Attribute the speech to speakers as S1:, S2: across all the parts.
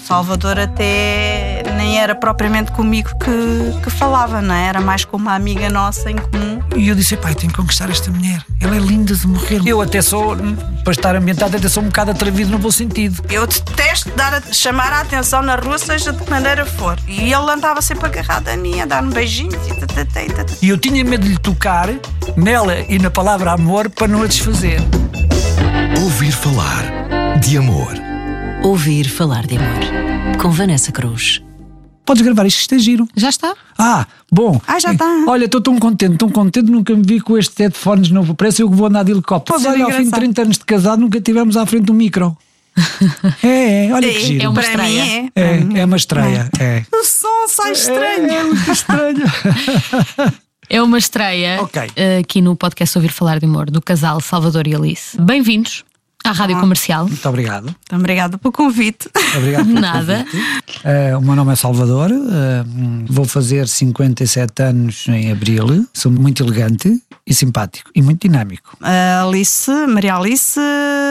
S1: Salvador até nem era propriamente comigo que falava, não é? Era mais com uma amiga nossa em comum.
S2: E eu disse, pai, tenho que conquistar esta mulher. Ela é linda de morrer. Eu até sou, para estar ambientado, até sou um bocado atrevido no bom sentido.
S1: Eu detesto chamar a atenção na rua, seja de que maneira for. E ele andava sempre agarrado a mim, a dar-me beijinhos e
S2: E eu tinha medo de lhe tocar nela e na palavra amor para não a desfazer.
S3: Ouvir falar de amor.
S4: Ouvir falar de amor. Com Vanessa Cruz.
S2: Podes gravar isto é giro.
S5: Já está?
S2: Bom.
S1: Já está.
S2: Olha, estou tão contente, nunca me vi com estes headphones novo. Parece eu que vou andar de helicóptero. Mas olha, ao fim de 30 anos de casado, nunca tivemos à frente um micro. Olha que giro.
S5: É uma
S1: Para
S5: estreia.
S1: mim
S2: É uma estreia.
S1: O som sai estranho.
S2: É muito estranho.
S5: É uma estreia aqui no podcast Ouvir Falar de Amor do casal Salvador e Alice. Bem-vindos à Rádio Comercial.
S2: Muito obrigado.
S1: Muito obrigada pelo convite.
S2: Obrigado pelo
S5: Nada.
S2: O meu nome é Salvador, vou fazer 57 anos em abril. Sou muito elegante e simpático e muito dinâmico.
S1: Maria Alice,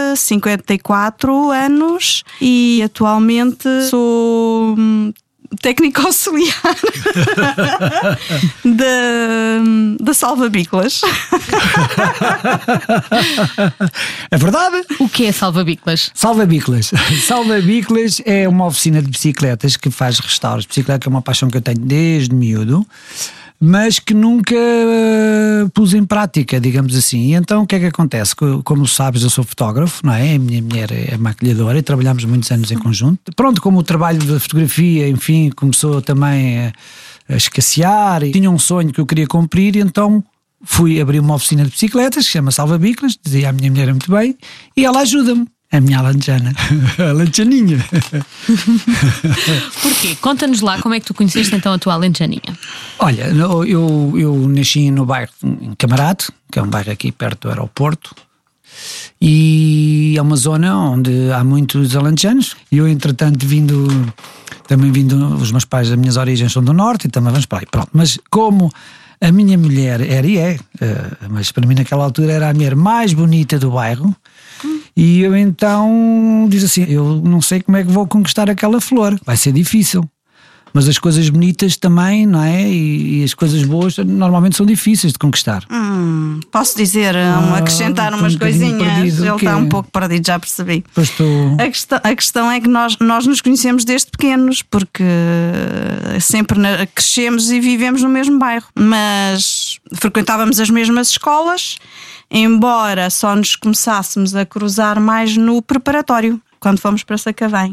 S1: 54 anos e atualmente sou técnico auxiliar da Salva-Biclas.
S2: É verdade?
S5: O que é Salva-Biclas?
S2: Salva-Biclas. Salva-Biclas é uma oficina de bicicletas que faz restauros. Bicicleta é uma paixão que eu tenho desde miúdo, mas que nunca pus em prática, digamos assim. E então o que é que acontece? Como sabes, eu sou fotógrafo, não é? A minha mulher é maquilhadora e trabalhamos muitos anos em conjunto. Pronto, como o trabalho da fotografia, enfim, começou também a escassear, e tinha um sonho que eu queria cumprir, e então fui abrir uma oficina de bicicletas que se chama Salva-Biclas, dizia a minha mulher muito bem, e ela ajuda-me. A minha alentejana, a alentejaninha.
S5: Porquê? Conta-nos lá como é que tu conheceste então a tua alentejaninha.
S2: Olha, eu nasci no bairro em Camarate, que é um bairro aqui perto do aeroporto, e é uma zona onde há muitos alentejanos. E eu, entretanto, também vindo, os meus pais, as minhas origens são do norte e também vamos para aí. Pronto, mas como a minha mulher era e é, mas para mim naquela altura era a mulher mais bonita do bairro, e eu então diz assim, eu não sei como é que vou conquistar aquela flor, vai ser difícil, mas as coisas bonitas também, não é? E as coisas boas normalmente são difíceis de conquistar.
S1: Posso dizer, acrescentar umas coisinhas. Ele está um pouco perdido, já percebi.
S2: Pois estou...
S1: A questão é que nós nos conhecemos desde pequenos, porque sempre crescemos e vivemos no mesmo bairro, mas frequentávamos as mesmas escolas, embora só nos começássemos a cruzar mais no preparatório, quando fomos para Sacavém.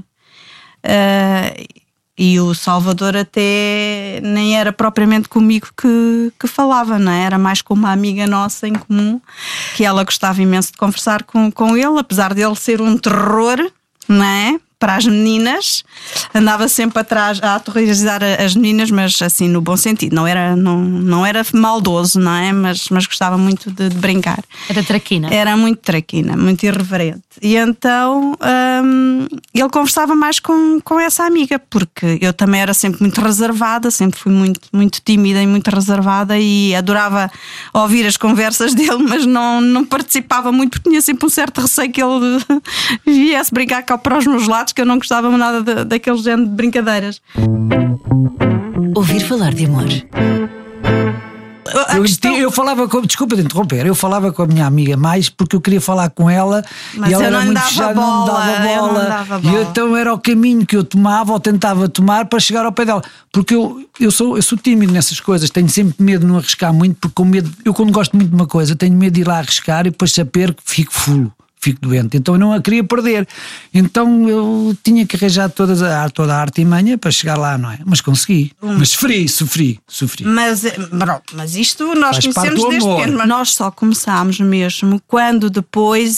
S1: E o Salvador até nem era propriamente comigo que falava, não é? Era mais com uma amiga nossa em comum, que ela gostava imenso de conversar com ele, apesar dele ser um terror, não é? Para as meninas, andava sempre atrás a aterrorizar as meninas, mas assim no bom sentido, não era maldoso, não é? Mas gostava muito de brincar.
S5: Era traquina.
S1: Era muito traquina, muito irreverente. E então ele conversava mais com essa amiga, porque eu também era sempre muito reservada, sempre fui muito, muito tímida e muito reservada, e adorava ouvir as conversas dele, mas não participava muito, porque tinha sempre um certo receio que ele viesse brincar cá para os meus lados, que eu não gostava nada daquele género de brincadeiras.
S4: Ouvir falar de amor.
S2: Eu falava com... Desculpa de interromper. Eu falava com a minha amiga mais porque eu queria falar com ela,
S1: mas
S2: e ela
S1: era muito
S2: fechada,
S1: não
S2: me dava bola. E então era o caminho que eu tomava ou tentava tomar para chegar ao pé dela. Porque eu sou tímido nessas coisas. Tenho sempre medo de não arriscar muito, porque com medo, eu quando gosto muito de uma coisa tenho medo de ir lá arriscar e depois saber que fico fulo, fico doente, então eu não a queria perder. Então eu tinha que arranjar toda a arte e manha para chegar lá, não é? Mas consegui. Mas sofri.
S1: Mas isto nós
S2: faz
S1: conhecemos desde pequeno, mas nós só começámos mesmo quando depois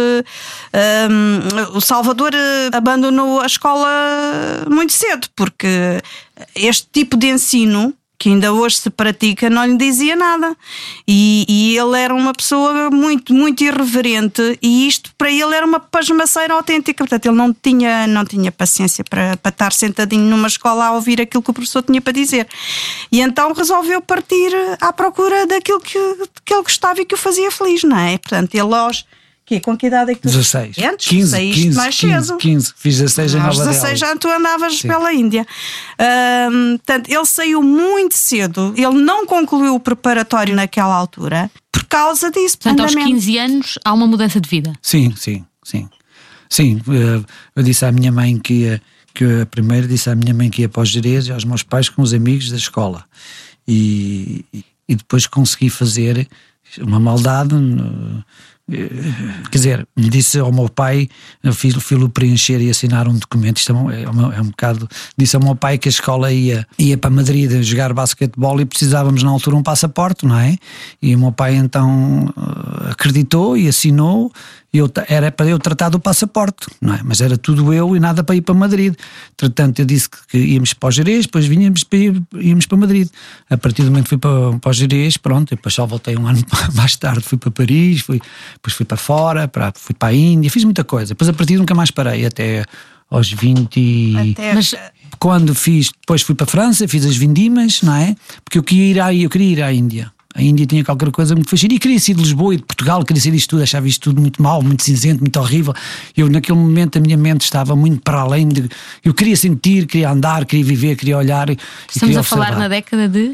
S1: o Salvador abandonou a escola muito cedo, porque este tipo de ensino que ainda hoje se pratica, não lhe dizia nada. E ele era uma pessoa muito, muito irreverente, e isto para ele era uma pasmaceira autêntica. Portanto, ele não tinha paciência para estar sentadinho numa escola a ouvir aquilo que o professor tinha para dizer. E então resolveu partir à procura daquilo que ele gostava e que o fazia feliz, não é? Portanto, ele aos Com que idade é que tu
S2: 16.
S1: Antes?
S2: 15,
S1: Saíste
S2: 15,
S1: mais
S2: 15,
S1: cedo.
S2: 15. Fiz 16 em Nova
S1: Aos
S2: Delhi.
S1: 16 já tu andavas
S2: Sim.
S1: pela Índia. Portanto, ele saiu muito cedo. Ele não concluiu o preparatório naquela altura por causa disso.
S5: Portanto, aos 15 anos há uma mudança de vida.
S2: Sim. Eu disse à minha mãe que ia, primeiro disse à minha mãe que ia para os Jerez e aos meus pais com os amigos da escola. E depois consegui fazer uma maldade. Quer dizer, me disse ao meu pai, fui-lhe preencher e assinar um documento. Isto é um bocado. Disse ao meu pai que a escola ia para Madrid jogar basquetebol e precisávamos na altura um passaporte, não é? E o meu pai então acreditou e assinou. Era para eu tratar do passaporte, não é? Mas era tudo eu e nada para ir para Madrid. Entretanto, eu disse que íamos para os Jerez, depois íamos para Madrid. A partir do momento que fui para os Jerez, pronto, depois só voltei um ano mais tarde, fui para Paris, depois fui para fora, fui para a Índia, fiz muita coisa. Depois a partir nunca mais parei, até aos 20.
S5: Mas
S2: quando depois fui para a França, fiz as vindimas, não é? Porque eu queria ir à Índia. A Índia tinha qualquer coisa muito fascinante. E queria ser de Lisboa e de Portugal, queria ser isto tudo, achava isto tudo muito mau, muito cinzento, muito horrível. Eu, naquele momento, a minha mente estava muito para além de. Eu queria sentir, queria andar, queria viver, queria olhar.
S5: Estamos a falar na década de.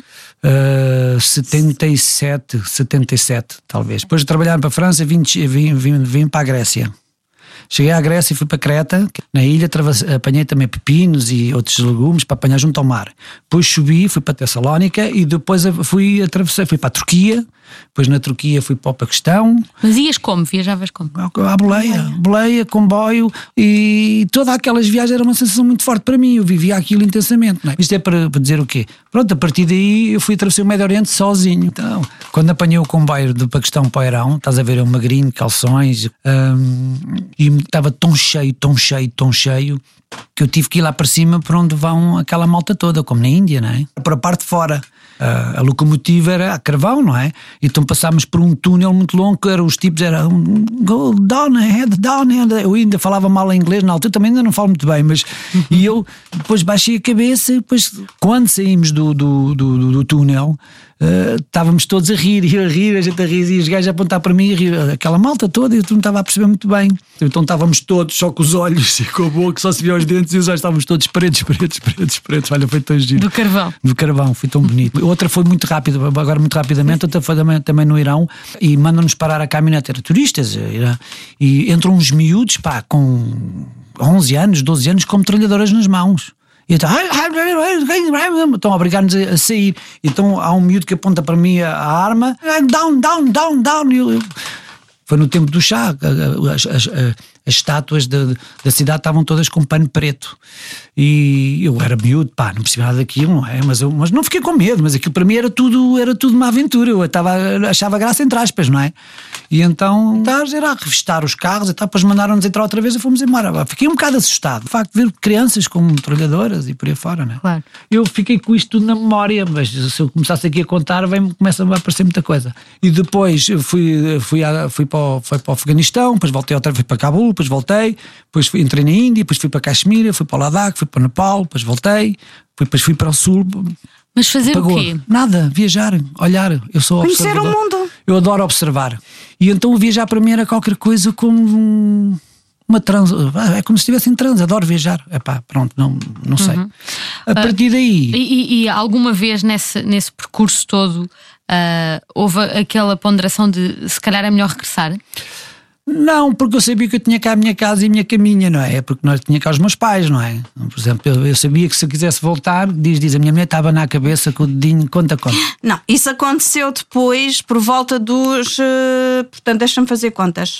S2: 77, talvez. Depois de trabalhar para a França, vim para a Grécia. Cheguei à Grécia e fui para Creta. Na ilha apanhei também pepinos e outros legumes para apanhar junto ao mar. Depois subi, fui para Tessalónica e depois fui para a Turquia. Depois na Turquia fui para o Paquistão.
S5: Mas ias como? Viajavas como?
S2: À boleia, comboio, e todas aquelas viagens era uma sensação muito forte para mim. Eu vivia aquilo intensamente, não é? Isto é para dizer o quê? Pronto, a partir daí eu fui atravessar o Médio Oriente sozinho. Então, quando apanhei o comboio do Paquistão para o Irão, estás a ver, eu magrinho, calções, e estava tão cheio que eu tive que ir lá para cima para onde vão aquela malta toda, como na Índia, não é? Para a parte de fora. A locomotiva era a carvão, não é? Então passámos por um túnel muito longo, que os tipos eram go down ahead. Eu ainda falava mal em inglês na altura, também ainda não falo muito bem, mas e eu depois baixei a cabeça e depois, quando saímos do túnel, estávamos todos a rir, a gente a rir, e os gajos a apontar para mim, a rir, aquela malta toda, e eu não estava a perceber muito bem. Então estávamos todos só com os olhos e com a boca, só se via os dentes, e os olhos estávamos todos pretos. Olha, foi tão giro. Do carvão, foi tão bonito. Outra foi muito rápido, agora muito rapidamente, outra foi também no Irão, e mandam-nos parar a caminhonete, era turistas, e entram uns miúdos, com 11 anos, 12 anos, com metralhadoras nas mãos. E então, estão a obrigar-nos a sair. Então há um miúdo que aponta para mim a arma, down. Foi no tempo do chá, as estátuas da cidade estavam todas com pano preto. E eu era miúdo, não percebi nada daquilo, não é? Mas não fiquei com medo, mas aquilo para mim era tudo uma aventura. Eu achava graça entre aspas, não é? E então era a revistar os carros e tal, depois mandaram-nos entrar outra vez e fomos embora. Fiquei um bocado assustado, de facto, ver crianças com metralhadoras e por aí fora, não é?
S5: Claro.
S2: Eu fiquei com isto tudo na memória, mas se eu começasse aqui a contar, começa a aparecer muita coisa. E depois fui para o Afeganistão, depois voltei outra vez para Cabul, depois voltei, depois entrei na Índia, depois fui para Caxemira, fui para o Ladakh, fui para o Nepal, depois voltei, depois fui para o Sul.
S5: Mas fazer o quê?
S2: Nada, viajar, olhar. Eu sou
S1: conhecer o mundo.
S2: Eu adoro observar. E então viajar para mim era qualquer coisa como uma transe. É como se estivesse em transe, adoro viajar. Pronto, não sei. A partir daí.
S5: E alguma vez nesse percurso todo houve aquela ponderação de se calhar é melhor regressar?
S2: Não, porque eu sabia que eu tinha cá a minha casa e a minha caminha, não é? Porque nós tinha cá os meus pais, não é? Por exemplo, eu sabia que se eu quisesse voltar, diz, a minha mulher estava na cabeça com o dedinho, conta.
S1: Não, isso aconteceu depois, por volta dos... portanto, deixa-me fazer contas.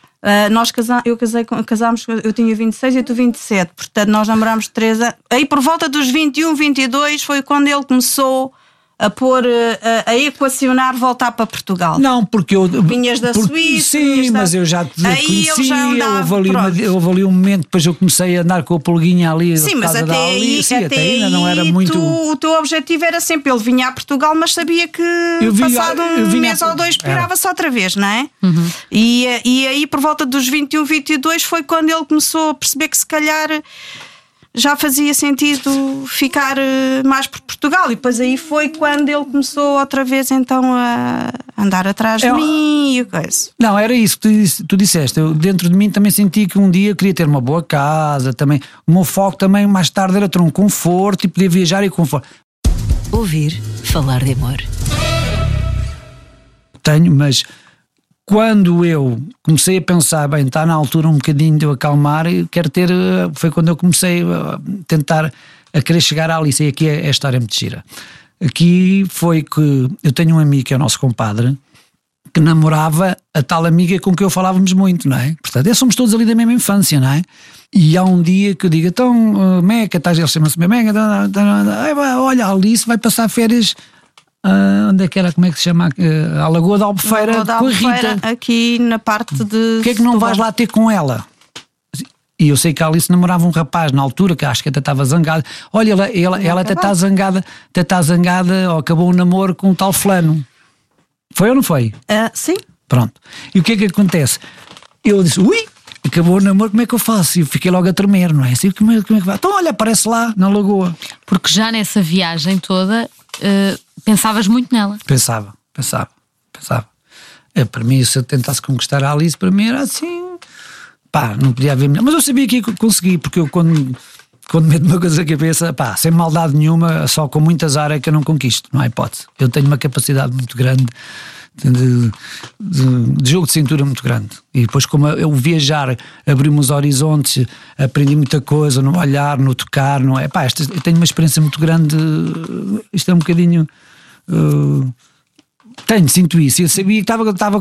S1: Casámos, eu tinha 26 e tu 27, portanto nós namorámos 3 anos. Aí por volta dos 21, 22 foi quando ele começou a equacionar voltar para Portugal.
S2: Não, porque eu...
S1: Vinhas da Suíça.
S2: Sim, mas eu já te conhecia, houve ali um momento, depois eu comecei a andar com a pulguinha ali.
S1: Sim, mas até aí
S2: ainda não era muito...
S1: O teu objetivo era sempre, ele vinha a Portugal, mas sabia que passado um mês ou dois pirava-se outra vez, não é?
S5: Uhum.
S1: E aí por volta dos 21, 22 foi quando ele começou a perceber que se calhar já fazia sentido ficar mais por Portugal, e depois aí foi quando ele começou outra vez então andar atrás de mim e coisa.
S2: Não, era isso que tu disseste. Eu, dentro de mim também senti que um dia queria ter uma boa casa também. O meu foco também mais tarde era ter um conforto e poder viajar e conforto.
S4: Ouvir falar de amor.
S2: Tenho, mas quando eu comecei a pensar, bem, está na altura um bocadinho de eu acalmar, quero ter, foi quando eu comecei a tentar a querer chegar à Alice, e aqui é a história muito gira. Aqui foi que eu tenho um amigo que é o nosso compadre, que namorava a tal amiga com que eu falávamos muito, não é? Portanto, somos todos ali da mesma infância, não é? E há um dia que eu digo, então, Meca, ele chama-se Meca, olha, a Alice vai passar férias, onde é que era, como é que se chama? A Lagoa da Albufeira, com a Rita.
S1: Aqui na parte de...
S2: Porquê é que não vais lá ter com ela? E eu sei que a Alice namorava um rapaz na altura, que acho que até estava zangada. Olha, ela até está zangada, ou acabou o namoro com o tal fulano. Foi ou não foi?
S1: Sim.
S2: Pronto. E o que é que acontece? Eu disse, ui, acabou o namoro, como é que eu faço? E eu fiquei logo a tremer, não é? Assim, como é que vai? Então olha, aparece lá na Lagoa.
S5: Porque já nessa viagem toda pensavas muito nela.
S2: Pensava. Para mim, se eu tentasse conquistar a Alice, para mim era assim, não podia haver melhor. Mas eu sabia que ia conseguir, porque eu quando meto uma coisa na cabeça, sem maldade nenhuma, só com muita azar é que eu não conquisto, não há hipótese. Eu tenho uma capacidade muito grande de jogo de cintura muito grande. E depois, como eu viajar, abri-me os horizontes, aprendi muita coisa no olhar, no tocar, não é? Eu tenho uma experiência muito grande. Isto é um bocadinho. Sinto isso. Eu sabia que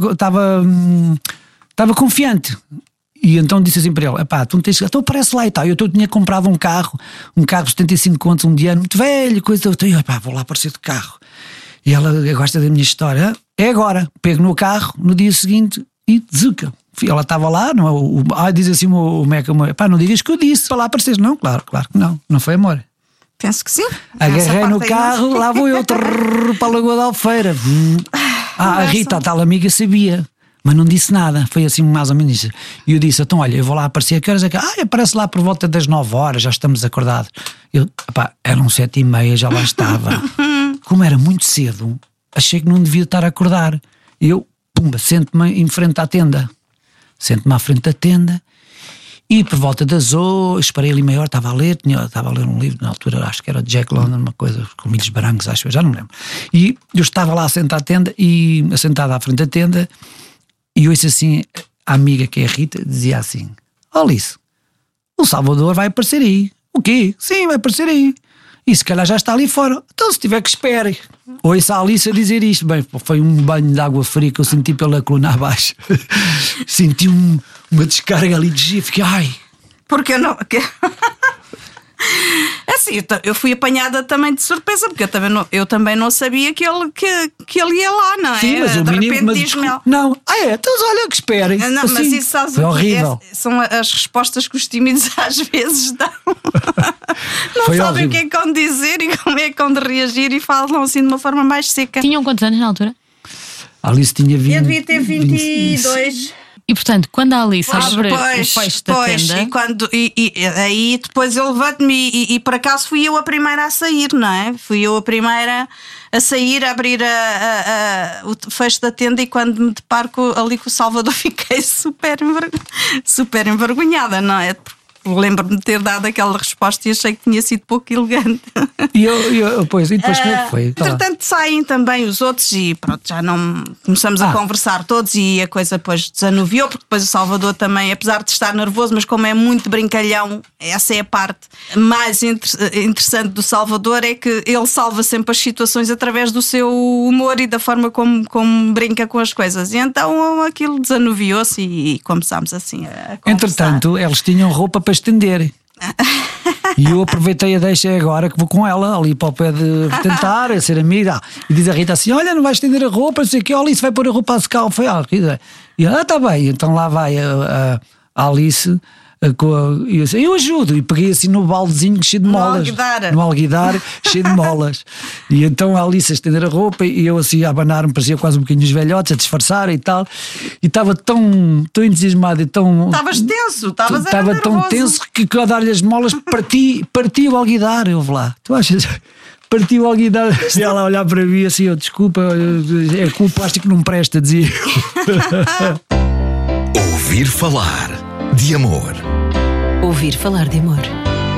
S2: estava confiante. E então disse assim para ele, tu não tens, então aparece lá e tal. Eu tinha comprado um carro de 75 contos um dia, muito velho, coisa, vou lá aparecer de carro. E ela gosta da minha história, é agora. Pego no carro, no dia seguinte, e zuca. Ela estava lá, diz assim o Meca, não digas que eu disse, para lá apareces. Não, claro que não foi amor.
S1: Penso que sim.
S2: Agarrei no carro, lá vou eu, para a Lagoa da Albufeira. A Rita, a tal amiga, sabia. Mas não disse nada, foi assim mais ou menos isso. E eu disse, então olha, eu vou lá aparecer, que horas é que... aparece lá por volta das 9 horas, já estamos acordados. Eram 7h30, já lá estava. Como era muito cedo, achei que não devia estar a acordar. Eu, sento-me em frente à tenda. Sento-me à frente da tenda e por volta das 8, esperei ali meia hora, estava a ler um livro, na altura acho que era Jack London, uma coisa com milhos brancos, acho, eu já não me lembro. E eu estava lá sentado à frente da tenda. E eu disse assim, a amiga que é a Rita, dizia assim, Alice, o Salvador vai aparecer aí. O quê? Sim, vai aparecer aí. E se calhar já está ali fora. Então se tiver que espere. Ouça a Alice a dizer isto. Bem, foi um banho de água fria que eu senti pela coluna abaixo. Senti uma descarga ali de gelo. Fiquei,
S1: Porque eu não... Assim, eu fui apanhada também de surpresa, porque eu também não sabia que ele ia lá, não é?
S2: Sim, mas o menino diz-me... Não, então olha, que esperem.
S1: Não,
S2: assim,
S1: mas isso
S2: foi horrível.
S1: São as respostas que os tímidos às vezes dão. Não
S2: foi
S1: sabem
S2: horrível.
S1: o que é que vão dizer e como é que vão de reagir e falam assim de uma forma mais seca.
S5: Tinham quantos anos na altura?
S2: A Alice tinha 20.
S1: Eu devia ter 22.
S5: E portanto, quando a Alice abre o fecho da tenda...
S1: E aí depois eu levanto-me e por acaso fui eu a primeira a sair, não é? Fui eu a primeira a sair, a abrir o fecho da tenda, e quando me deparo ali com o Salvador fiquei super envergonhada, não é? Lembro-me de ter dado aquela resposta e achei que tinha sido pouco elegante.
S2: E depois como é que foi?
S1: Entretanto saem também os outros e pronto, já não começamos a conversar todos e a coisa depois desanuviou, porque depois o Salvador também, apesar de estar nervoso, mas como é muito brincalhão, essa é a parte mais interessante do Salvador, é que ele salva sempre as situações através do seu humor e da forma como brinca com as coisas. E então aquilo desanuviou-se e começámos assim a conversar.
S2: Entretanto, eles tinham roupa para estender. E eu aproveitei a deixa agora que vou com ela ali para o pé de tentar ser amiga. E diz a Rita assim: olha, não vais estender a roupa, não sei o que, Alice vai pôr a roupa a secar. Foi a Rita. E ela, está bem. Então lá vai a Alice. E eu ajudo, e peguei assim no baldezinho cheio de molas, no alguidar cheio de molas, e então a Alice a estender a roupa e eu assim a abanar-me, parecia quase um bocadinho os velhotes, a disfarçar e tal, e estava tão entusiasmado e tão...
S1: Estavas tenso,
S2: estava tão tenso que ao dar-lhe as molas parti o alguidar. Eu vou lá, tu achas partiu logo e ela a olhar para mim assim, eu, desculpa, é que o plástico não presta, dizia.
S3: Ouvir falar de amor.
S4: Ouvir falar de amor.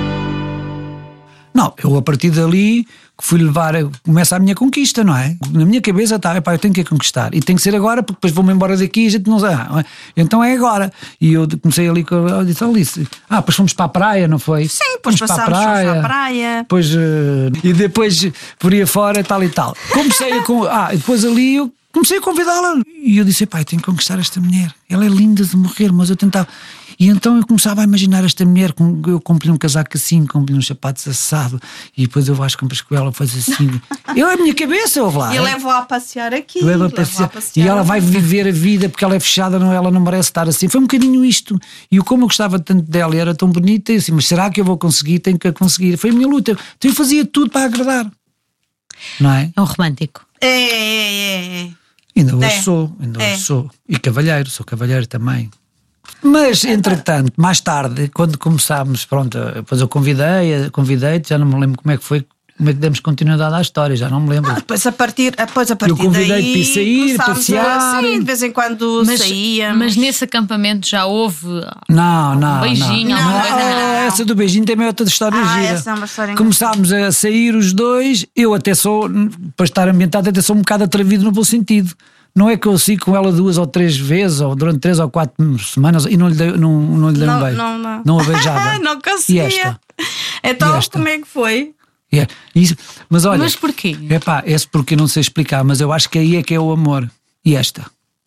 S2: Não, eu a partir dali fui levar, começa a minha conquista, não é? Na minha cabeça está, eu tenho que a conquistar e tem que ser agora porque depois vou-me embora daqui e a gente não sabe. Então é agora. E eu comecei ali, eu disse, Alice, depois fomos para a praia, não foi?
S1: Sim, depois fomos para a praia.
S2: Depois, e depois por aí fora, tal e tal. Depois ali eu comecei a convidá-la e eu disse, pai, tenho que conquistar esta mulher. Ela é linda de morrer, mas eu tentava. E então eu começava a imaginar esta mulher, eu compro-lhe um casaco assim, compro-lhe uns sapatos assado, e depois eu acho que compras com ela, faz assim. É a minha cabeça, ouve lá.
S1: E levo-a a passear aqui.
S2: Levo-a a passear. E ela vai viver a vida porque ela é fechada, não, ela não merece estar assim. Foi um bocadinho isto. E como eu gostava tanto dela e era tão bonita, eu disse, mas será que eu vou conseguir? Tenho que a conseguir. Foi a minha luta. Então eu fazia tudo para agradar. Não é?
S5: É um romântico.
S1: É.
S2: Ainda hoje sou. E cavalheiro, sou cavalheiro também. Mas, entretanto, mais tarde, quando começámos, pronto, depois eu convidei-te, já não me lembro como é que demos continuidade à história, já não me lembro.
S1: Depois a partir
S2: eu convidei-te para sair, passear.
S1: Sim, de vez em quando saíamos.
S5: Mas nesse acampamento já houve
S2: um
S5: beijinho,
S2: alguma coisa? Essa do beijinho também é outra história gira.
S1: Essa é uma história.
S2: Começámos a sair os dois, eu até sou, para estar ambientado, até sou um bocado atrevido no bom sentido. Não é que eu sigo com ela 2 ou 3 vezes, ou durante 3 ou 4 semanas, e não lhe dei um beijo. Não a beijava.
S1: Não conseguia.
S2: E esta?
S1: Então, como é que foi?
S2: Mas olha.
S5: Mas porquê?
S2: Esse porque não sei explicar, mas eu acho que aí é que é o amor. E esta?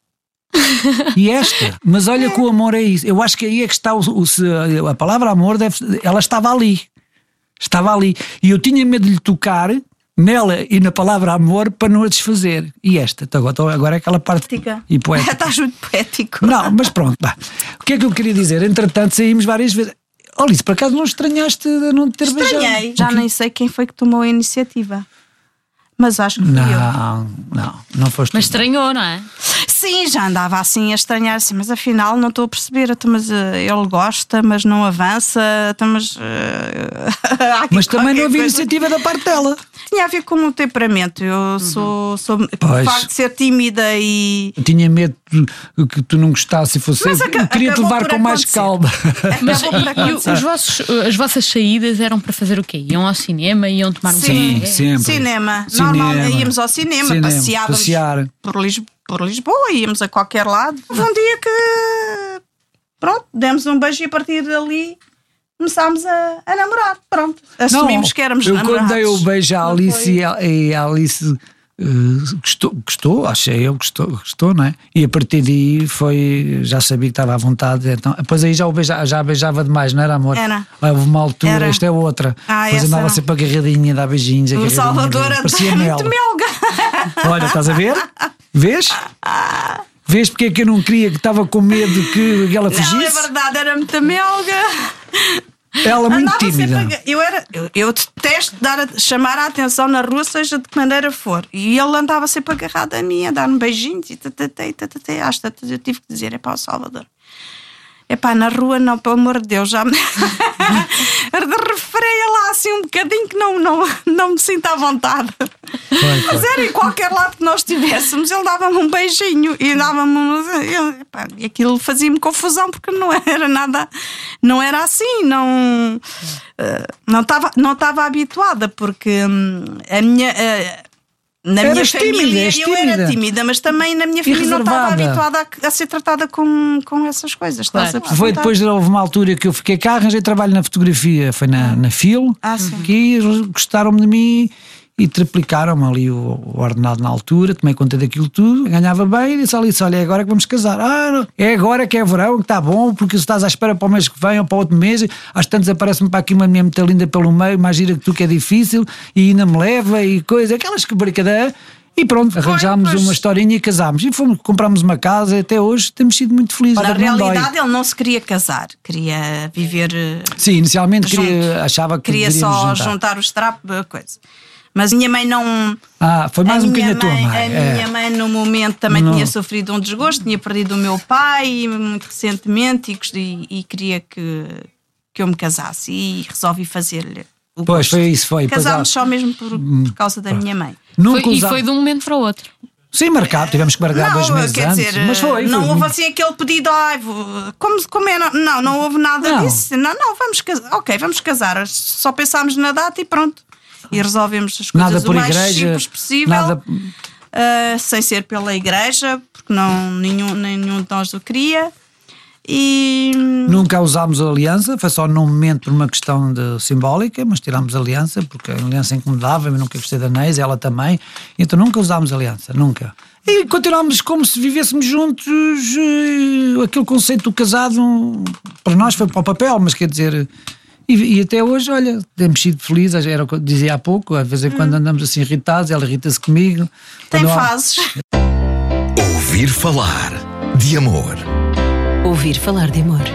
S2: Mas olha que o amor é isso. Eu acho que aí é que está a palavra amor, ela estava ali. E eu tinha medo de lhe tocar nela e na palavra amor para não a desfazer. E esta, agora é aquela parte
S1: e
S2: poética.
S1: Estás muito poético.
S2: Não, mas pronto. O que é que eu queria dizer? Entretanto, saímos várias vezes. Alice, por acaso não estranhaste de não ter beijado?
S1: Estranhei. Já nem sei quem foi que tomou a iniciativa. Mas acho que fui eu.
S2: Não foste.
S5: Mas estranhou, não é?
S1: Sim, já andava assim a estranhar assim, mas afinal não estou a perceber. Mas ele gosta, mas não avança.
S2: Mas também não havia iniciativa da parte dela.
S1: Tinha a ver com o temperamento. Eu sou de facto de ser tímida e.
S2: Eu tinha medo que tu não gostasses e fosse. Eu queria te levar com mais calma.
S5: Mas as vossas saídas eram para fazer o quê? Iam ao cinema? Iam tomar um café?
S2: Sim, sempre.
S1: Cinema. Normalmente íamos ao cinema, passeávamos por Lisboa, íamos a qualquer lado. Houve um dia que pronto, demos um beijo e a partir dali começámos a namorar. Pronto, assumimos que éramos namorados.
S2: Eu quando dei o beijo à Alice e a Alice gostou, gostou, não é? E a partir daí já sabia que estava à vontade. Então, depois aí já beijava demais, não era, amor?
S1: Era.
S2: Houve uma altura, esta é outra. Depois andava sempre agarradinha, a dar beijinhos.
S1: O Salvador
S2: parecia
S1: muito melga.
S2: Olha, estás a ver? Vês? Vês porque é que eu não queria, que estava com medo que ela fugisse?
S1: Não, é verdade, era muito melga.
S2: Ela muito tímida.
S1: Eu detesto chamar a atenção na rua, seja de que maneira for. E ele andava sempre agarrado a mim, a dar-me beijinhos e às tantas eu tive que dizer: o Salvador, na rua não, pelo amor de Deus, já me refreia lá assim um bocadinho que não me sinto à vontade. Mas era em qualquer lado que nós estivéssemos, ele dava-me um beijinho e e aquilo fazia-me confusão porque não era nada, não era assim, não estava habituada porque a minha na minha família eu era tímida, mas também na minha família não estava habituada a ser tratada com essas coisas.
S5: Claro.
S2: Foi depois, houve uma altura que eu fiquei cá, arranjei trabalho na fotografia, foi na FIL, que gostaram-me de mim e triplicaram-me ali o ordenado na altura, tomei conta daquilo tudo, ganhava bem e disse ali, olha, é agora que vamos casar. Não, é agora que é verão, que está bom, porque se estás à espera para o mês que vem ou para o outro mês, às tantas aparece-me para aqui uma mulher muito linda pelo meio, mais gira que tu, que é difícil, e ainda me leva e coisa, aquelas que brincadeira. E pronto, arranjámos uma historinha e casámos. E comprámos uma casa e até hoje temos sido muito felizes.
S1: Na realidade ele não se queria casar, queria viver.
S2: Sim, inicialmente achava que
S1: queria só juntar os trapos, coisa. Mas a minha mãe não.
S2: Foi mais um bocadinho a tua mãe.
S1: A minha mãe, no momento, também tinha sofrido um desgosto, tinha perdido o meu pai muito recentemente e queria que eu me casasse e resolvi fazer-lhe
S2: Pois, foi isso, foi.
S1: Casámos só mesmo por causa da minha mãe.
S5: E foi de um momento para o outro.
S2: Sim, tivemos que marcar 2 meses antes. Mas
S1: não houve assim aquele pedido, como é? Não houve nada disso. Não, vamos casar. Ok, vamos casar. Só pensámos na data e pronto. E resolvemos as coisas o mais simples possível. Sem ser pela igreja, porque nenhum de nós o queria. E
S2: nunca usámos a aliança, foi só num momento por uma questão simbólica, mas tirámos a aliança porque a aliança incomodava-me, nunca gostei de anéis, ela também, então nunca usámos a aliança, nunca. E continuámos como se vivêssemos juntos. Aquele conceito do casado para nós foi para o papel, mas quer dizer, e até hoje, olha, temos sido felizes, era o que eu dizia há pouco, às vezes quando andamos assim irritados, ela irrita-se comigo.
S1: Tem fases.
S3: Ouvir falar de amor.
S4: Ouvir falar de amor.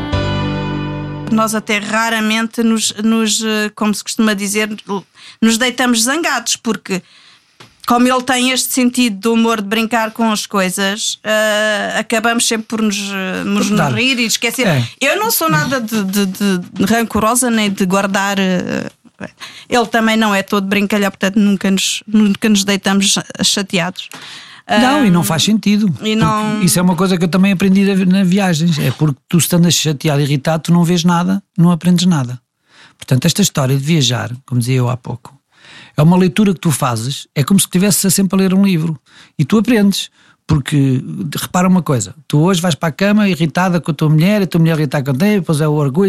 S1: Nós até raramente como se costuma dizer, nos deitamos zangados, porque como ele tem este sentido do humor de brincar com as coisas, acabamos sempre por nos rir e esquecer. Eu não sou nada de rancorosa nem de guardar. Ele também não é todo brincalhão, portanto nunca nos deitamos chateados.
S2: Não, e não faz sentido. Isso é uma coisa que eu também aprendi nas viagens. É porque tu, estando chateado e irritado, tu não vês nada, não aprendes nada. Portanto, esta história de viajar, como dizia eu há pouco, é uma leitura que tu fazes, é como se estivesse sempre a ler um livro. E tu aprendes. Porque, repara uma coisa, tu hoje vais para a cama irritada com a tua mulher irritada contigo, depois é o orgulho,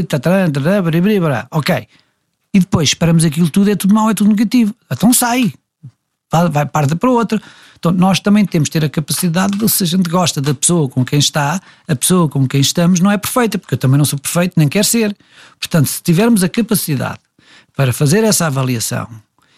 S2: ok. E depois esperamos aquilo tudo, é tudo mau, é tudo negativo. Então sai. Vai parte para outra. Então nós também temos de ter a capacidade de, se a gente gosta da pessoa com quem está, a pessoa com quem estamos não é perfeita, porque eu também não sou perfeito, nem quero ser. Portanto, se tivermos a capacidade para fazer essa avaliação,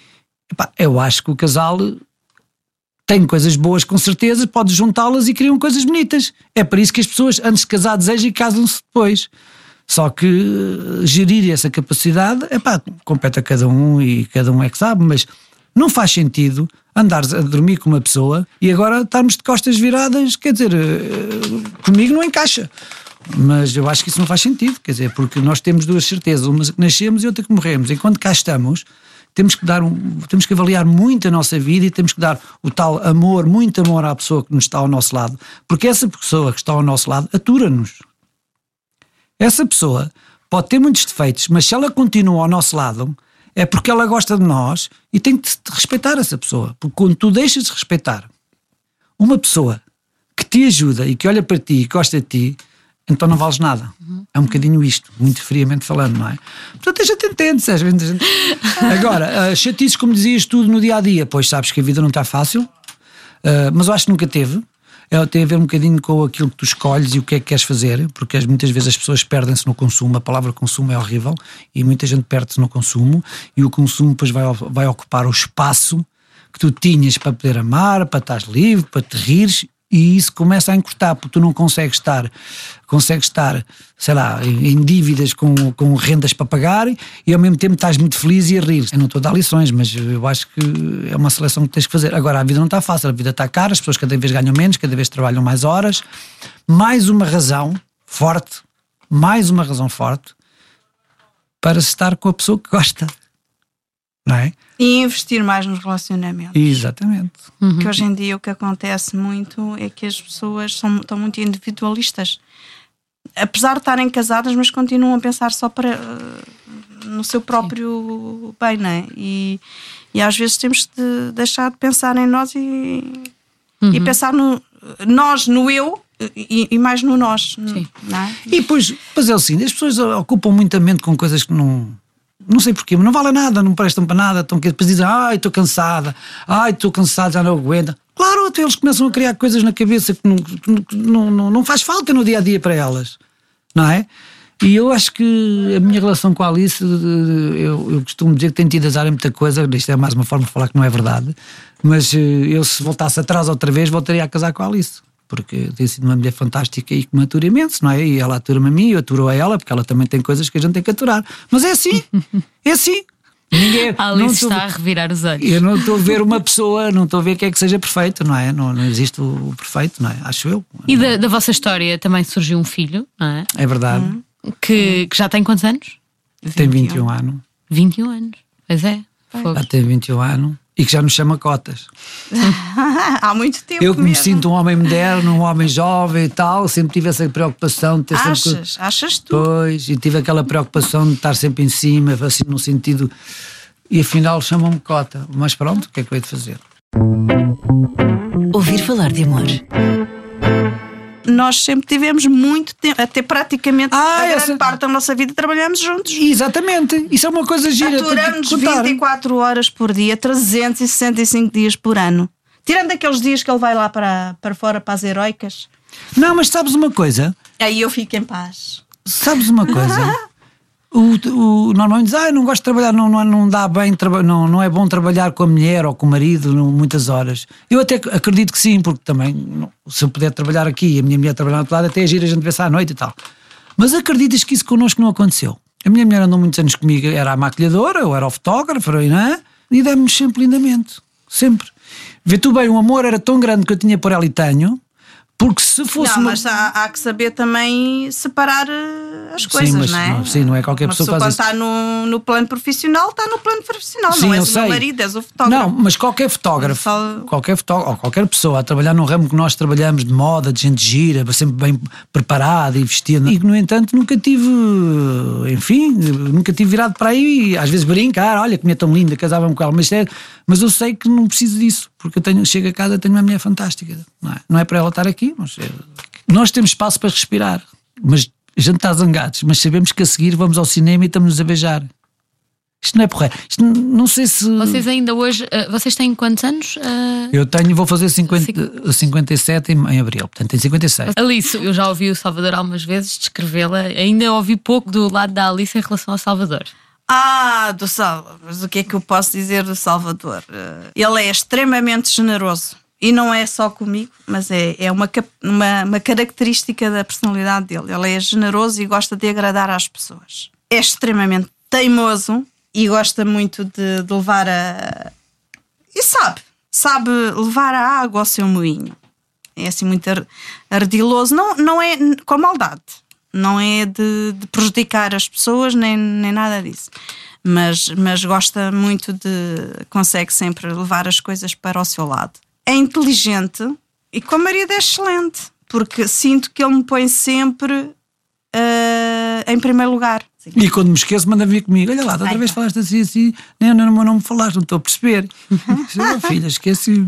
S2: eu acho que o casal tem coisas boas com certeza, pode juntá-las e criam coisas bonitas. É para isso que as pessoas antes de casar desejam e casam-se depois. Só que gerir essa capacidade, compete a cada um e cada um é que sabe, mas não faz sentido andares a dormir com uma pessoa e agora estarmos de costas viradas, quer dizer, comigo não encaixa. Mas eu acho que isso não faz sentido, quer dizer, porque nós temos 2 certezas, uma que nascemos e outra que morremos. Enquanto cá estamos, temos que avaliar muito a nossa vida e temos que dar o tal amor, muito amor à pessoa que nos está ao nosso lado, porque essa pessoa que está ao nosso lado atura-nos. Essa pessoa pode ter muitos defeitos, mas se ela continua ao nosso lado, é porque ela gosta de nós e tem que respeitar essa pessoa. Porque quando tu deixas de respeitar uma pessoa que te ajuda e que olha para ti e gosta de ti, então não vales nada. É um bocadinho isto, muito friamente falando, não é? Portanto, a gente entende, Agora, chatices, como dizias, tudo no dia-a-dia, pois sabes que a vida não está fácil, mas eu acho que nunca teve. Tem a ver um bocadinho com aquilo que tu escolhes e o que é que queres fazer, porque muitas vezes as pessoas perdem-se no consumo. A palavra consumo é horrível e muita gente perde-se no consumo, e o consumo depois vai ocupar o espaço que tu tinhas para poder amar, para estar livre, para te rires, e isso começa a encurtar, porque tu não consegues estar, sei lá, em dívidas com rendas para pagar e ao mesmo tempo estás muito feliz e a rir. Eu não estou a dar lições, mas eu acho que é uma seleção que tens que fazer. Agora, a vida não está fácil, a vida está cara, as pessoas cada vez ganham menos, cada vez trabalham mais horas. Mais uma razão forte para se estar com a pessoa que gosta. Não é?
S1: E investir mais nos relacionamentos.
S2: Exatamente.
S1: Porque hoje em dia o que acontece muito é que as pessoas estão muito individualistas. Apesar de estarem casadas, mas continuam a pensar só no seu próprio bem, não é? E às vezes temos de deixar de pensar em nós e pensar no eu e mais no nós.
S5: Sim.
S1: Não é?
S2: E depois é assim, as pessoas ocupam muito a mente com coisas que não sei porquê, mas não vale nada, não prestam para nada, depois dizem, estou cansada, estou cansado, já não aguento. Claro, até eles começam a criar coisas na cabeça que não faz falta no dia-a-dia para elas, não é? E eu acho que a minha relação com a Alice, eu costumo dizer que tenho tido azar em muita coisa, isto é mais uma forma de falar que não é verdade, mas eu, se voltasse atrás outra vez, voltaria a casar com a Alice. Porque tem sido uma mulher fantástica e que me atura imenso, não é? E ela atura-me a mim, eu aturo a ela, porque ela também tem coisas que a gente tem que aturar. Mas é assim, é assim.
S5: A Alice está a revirar os olhos.
S2: Eu não estou a ver uma pessoa, não estou a ver que é que seja perfeito, não é? Não existe o perfeito, não é? Acho eu.
S5: E da vossa história também surgiu um filho, não é?
S2: É verdade.
S5: Que já tem quantos anos?
S2: Tem 21 anos.
S5: 21 anos. Pois é.
S2: Já tem 21 anos e que já nos chama cotas.
S1: Há muito tempo.
S2: Eu que
S1: mesmo.
S2: me sinto um homem moderno, um homem jovem e tal, sempre tive essa preocupação de ter sempre.
S1: Achas tu?
S2: Pois, e tive aquela preocupação de estar sempre em cima, assim, no sentido. E afinal chamam-me cota. Mas pronto, o que é que eu hei de fazer?
S4: Ouvir falar de amor.
S1: Nós sempre tivemos muito tempo, até praticamente a
S2: essa...
S1: grande parte da nossa vida trabalhamos juntos.
S2: Exatamente, isso é uma coisa gira.
S1: Aturamos 24 horas por dia, 365 dias por ano. Tirando aqueles dias que ele vai lá para fora para as heroicas.
S2: Não, mas sabes uma coisa?
S1: Aí eu fico em paz.
S2: Sabes uma coisa? Normalmente diz, não gosto de trabalhar, não dá bem, não é bom trabalhar com a mulher ou com o marido muitas horas. Eu até acredito que sim, porque também, se eu puder trabalhar aqui e a minha mulher trabalhar no outro lado, até agir a gente vê-se à noite e tal. Mas acreditas que isso connosco não aconteceu? A minha mulher andou muitos anos comigo, era a maquilhadora, eu era o fotógrafo, não é? E demos sempre lindamente, sempre. Vê tu bem, o amor era tão grande que eu tinha por ela e tenho. Porque se fosse.
S1: Mas há que saber também separar as coisas, não é?
S2: Sim, não é qualquer pessoa
S1: que faz isso. Quando está no plano profissional, está no plano profissional.
S2: Sim,
S1: não és o meu marido, és o fotógrafo.
S2: Não, mas qualquer fotógrafo, ou qualquer pessoa a trabalhar num ramo que nós trabalhamos de moda, de gente gira, sempre bem preparada e vestida, e que, no entanto, nunca tive virado para aí, às vezes brincar, olha que minha tão linda, casava-me com ela, mas eu sei que não preciso disso, porque chego a casa e tenho uma mulher fantástica, não é para ela estar aqui. Nós temos espaço para respirar, mas a gente está zangados, mas sabemos que a seguir vamos ao cinema e estamos-nos a beijar. Isto não é porra. Isto não sei se.
S5: Vocês ainda hoje. Vocês têm quantos anos?
S2: Eu vou fazer 57 em abril, portanto tenho 56.
S5: Alice, eu já ouvi o Salvador algumas vezes descrevê-la, ainda ouvi pouco do lado da Alice em relação ao Salvador.
S1: Do Salvador. Mas o que é que eu posso dizer do Salvador? Ele é extremamente generoso. E não é só comigo, mas é uma característica da personalidade dele. Ele é generoso e gosta de agradar às pessoas. É extremamente teimoso e gosta muito de levar a... E sabe levar a água ao seu moinho. É assim muito ardiloso. Não é com maldade. Não é de prejudicar as pessoas, nem nada disso. Mas gosta muito consegue sempre levar as coisas para o seu lado. É inteligente e com o marido é excelente, porque sinto que ele me põe sempre em primeiro lugar. Sim.
S2: E quando me esqueço, manda vir comigo. Olha lá, outra vez falaste assim. Não me falaste, não estou a perceber. Meu filho, esqueci.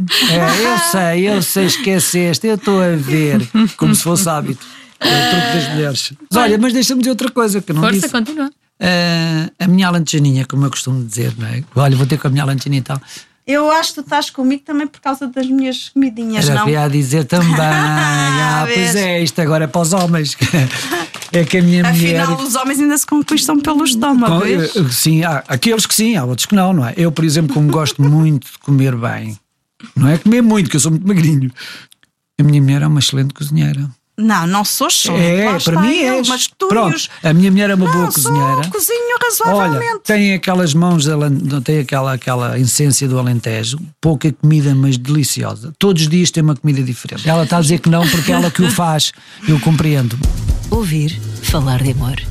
S2: Eu sei, esqueceste, eu estou a ver. Como se fosse hábito. É o truque das mulheres. Mas olha, mas deixa-me dizer outra coisa que eu não disse.
S5: Força, continua.
S2: A minha alentejaninha, como eu costumo dizer, não é? Olha, vou ter com a minha alentejaninha e tal.
S1: Eu acho que tu estás comigo também por causa das minhas comidinhas, não?
S2: Era a dizer também. Pois é, isto agora é para os homens. É que a minha mulher...
S1: Afinal, os homens ainda se conquistam pelo estômago.
S2: Sim, há aqueles que sim, há outros que não é? Eu, por exemplo, como gosto muito de comer bem, não é comer muito, que eu sou muito magrinho, a minha mulher é uma excelente cozinheira.
S1: Não sou excelente.
S2: Para mim é. Pronto, a minha mulher é uma boa cozinheira.
S1: Cozinho razoavelmente.
S2: Olha, tem aquelas mãos, tem aquela essência do Alentejo, pouca comida, mas deliciosa. Todos os dias tem uma comida diferente. Ela está a dizer que não, porque ela que o faz, eu compreendo.
S4: Ouvir falar de amor.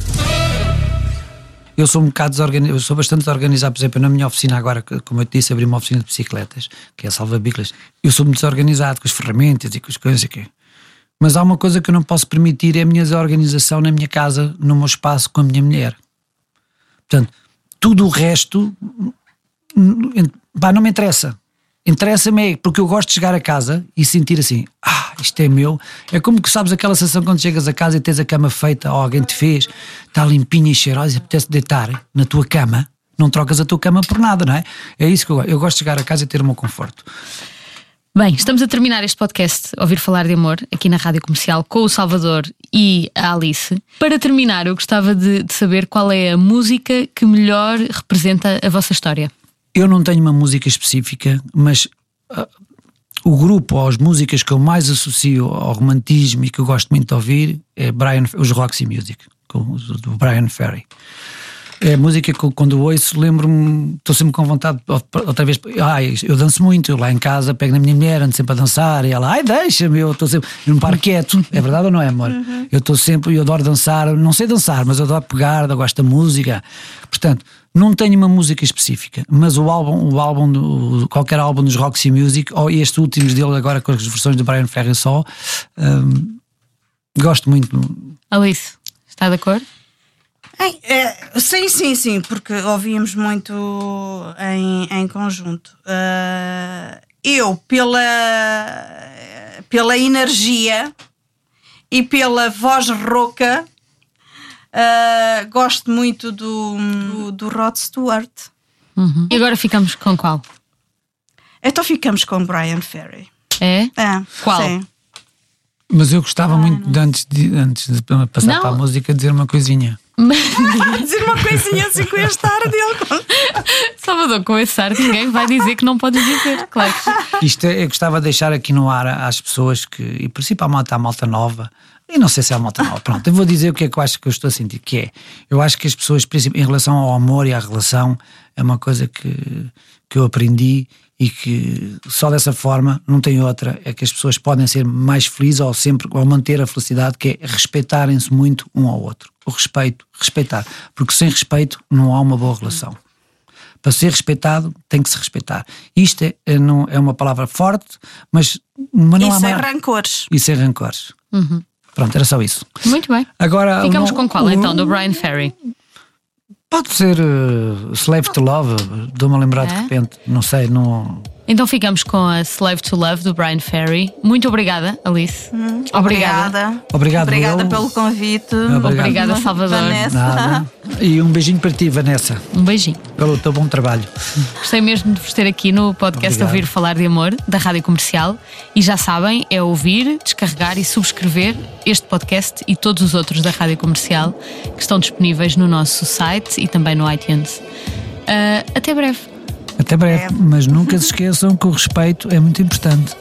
S2: Eu sou um bocado desorganizado, eu sou bastante desorganizado. Por exemplo, na minha oficina agora, como eu te disse, abri uma oficina de bicicletas, que é a Salva-Biclas. Eu sou muito desorganizado com as ferramentas e com as coisas aqui. Mas há uma coisa que eu não posso permitir, é a minha desorganização na minha casa, no meu espaço com a minha mulher. Portanto, tudo o resto não me interessa. Interessa-me porque eu gosto de chegar a casa e sentir assim, isto é meu. É como que sabes aquela sensação quando chegas a casa e tens a cama feita, ou alguém te fez, está limpinha e cheirosa e apetece deitar na tua cama, não trocas a tua cama por nada, não é? É isso que eu gosto de chegar a casa e ter o meu conforto.
S5: Bem, estamos a terminar este podcast Ouvir Falar de Amor aqui na Rádio Comercial com o Salvador e a Alice. Para terminar, eu gostava de saber qual é a música que melhor representa a vossa história.
S2: Eu não tenho uma música específica, mas o grupo ou as músicas que eu mais associo ao romantismo e que eu gosto muito de ouvir é os Roxy Music, do Brian Ferry. É a música que quando ouço lembro-me, estou sempre com vontade outra vez. Eu danço muito, eu lá em casa pego na minha mulher, ando sempre a dançar e ela, deixa-me, eu estou sempre, eu não paro quieto. É verdade ou não é, amor? Eu estou sempre, eu adoro dançar, não sei dançar, mas eu adoro pegar, eu gosto da música. Portanto, não tenho uma música específica, mas qualquer álbum dos Roxy Music, ou estes últimos dele agora com as versões do Brian Ferry só, gosto muito. Alice,
S5: está de acordo?
S1: Sim, porque ouvíamos muito em conjunto. Eu, pela energia e pela voz rouca, gosto muito do Rod Stewart.
S5: E agora ficamos com qual?
S1: Então ficamos com Brian Ferry.
S5: É? Qual?
S1: Sim.
S2: Mas eu gostava muito antes de passar para a música dizer uma coisinha.
S1: Dizer uma coisinha assim com este ar dele.
S5: Salvador, com esse ar ninguém vai dizer que não pode dizer, claro.
S2: Isto eu gostava de deixar aqui no ar às pessoas e principalmente à malta nova, e não sei se é a malta nova, pronto, eu vou dizer o que é que eu acho que eu estou a sentir, que é, eu acho que as pessoas, em relação ao amor e à relação, é uma coisa que eu aprendi e que só dessa forma, não tem outra, é que as pessoas podem ser mais felizes ou manter a felicidade, que é respeitarem-se muito um ao outro. O respeito, respeitar, porque sem respeito não há uma boa relação. Para ser respeitado, tem que se respeitar. Isto é uma palavra forte, mas não há mais.
S1: Rancores.
S2: E sem rancores. Pronto, era só isso.
S5: Muito bem.
S2: Agora,
S5: ficamos com qual então, do Brian Ferry?
S2: Pode ser Slave to Love, dou-me a lembrar de repente, não sei, não...
S5: Então ficamos com a Slave to Love do Brian Ferry. Muito obrigada, Alice.
S1: Obrigada. Obrigada pelo convite.
S5: Obrigada, Salvador.
S2: Nada. E um beijinho para ti, Vanessa.
S5: Um beijinho.
S2: Pelo teu bom trabalho.
S5: Gostei mesmo de vos ter aqui no podcast Ouvir Falar de Amor, da Rádio Comercial. E já sabem, é ouvir, descarregar e subscrever este podcast e todos os outros da Rádio Comercial que estão disponíveis no nosso site e também no iTunes. Até breve.
S2: Até breve, mas nunca se esqueçam que o respeito é muito importante.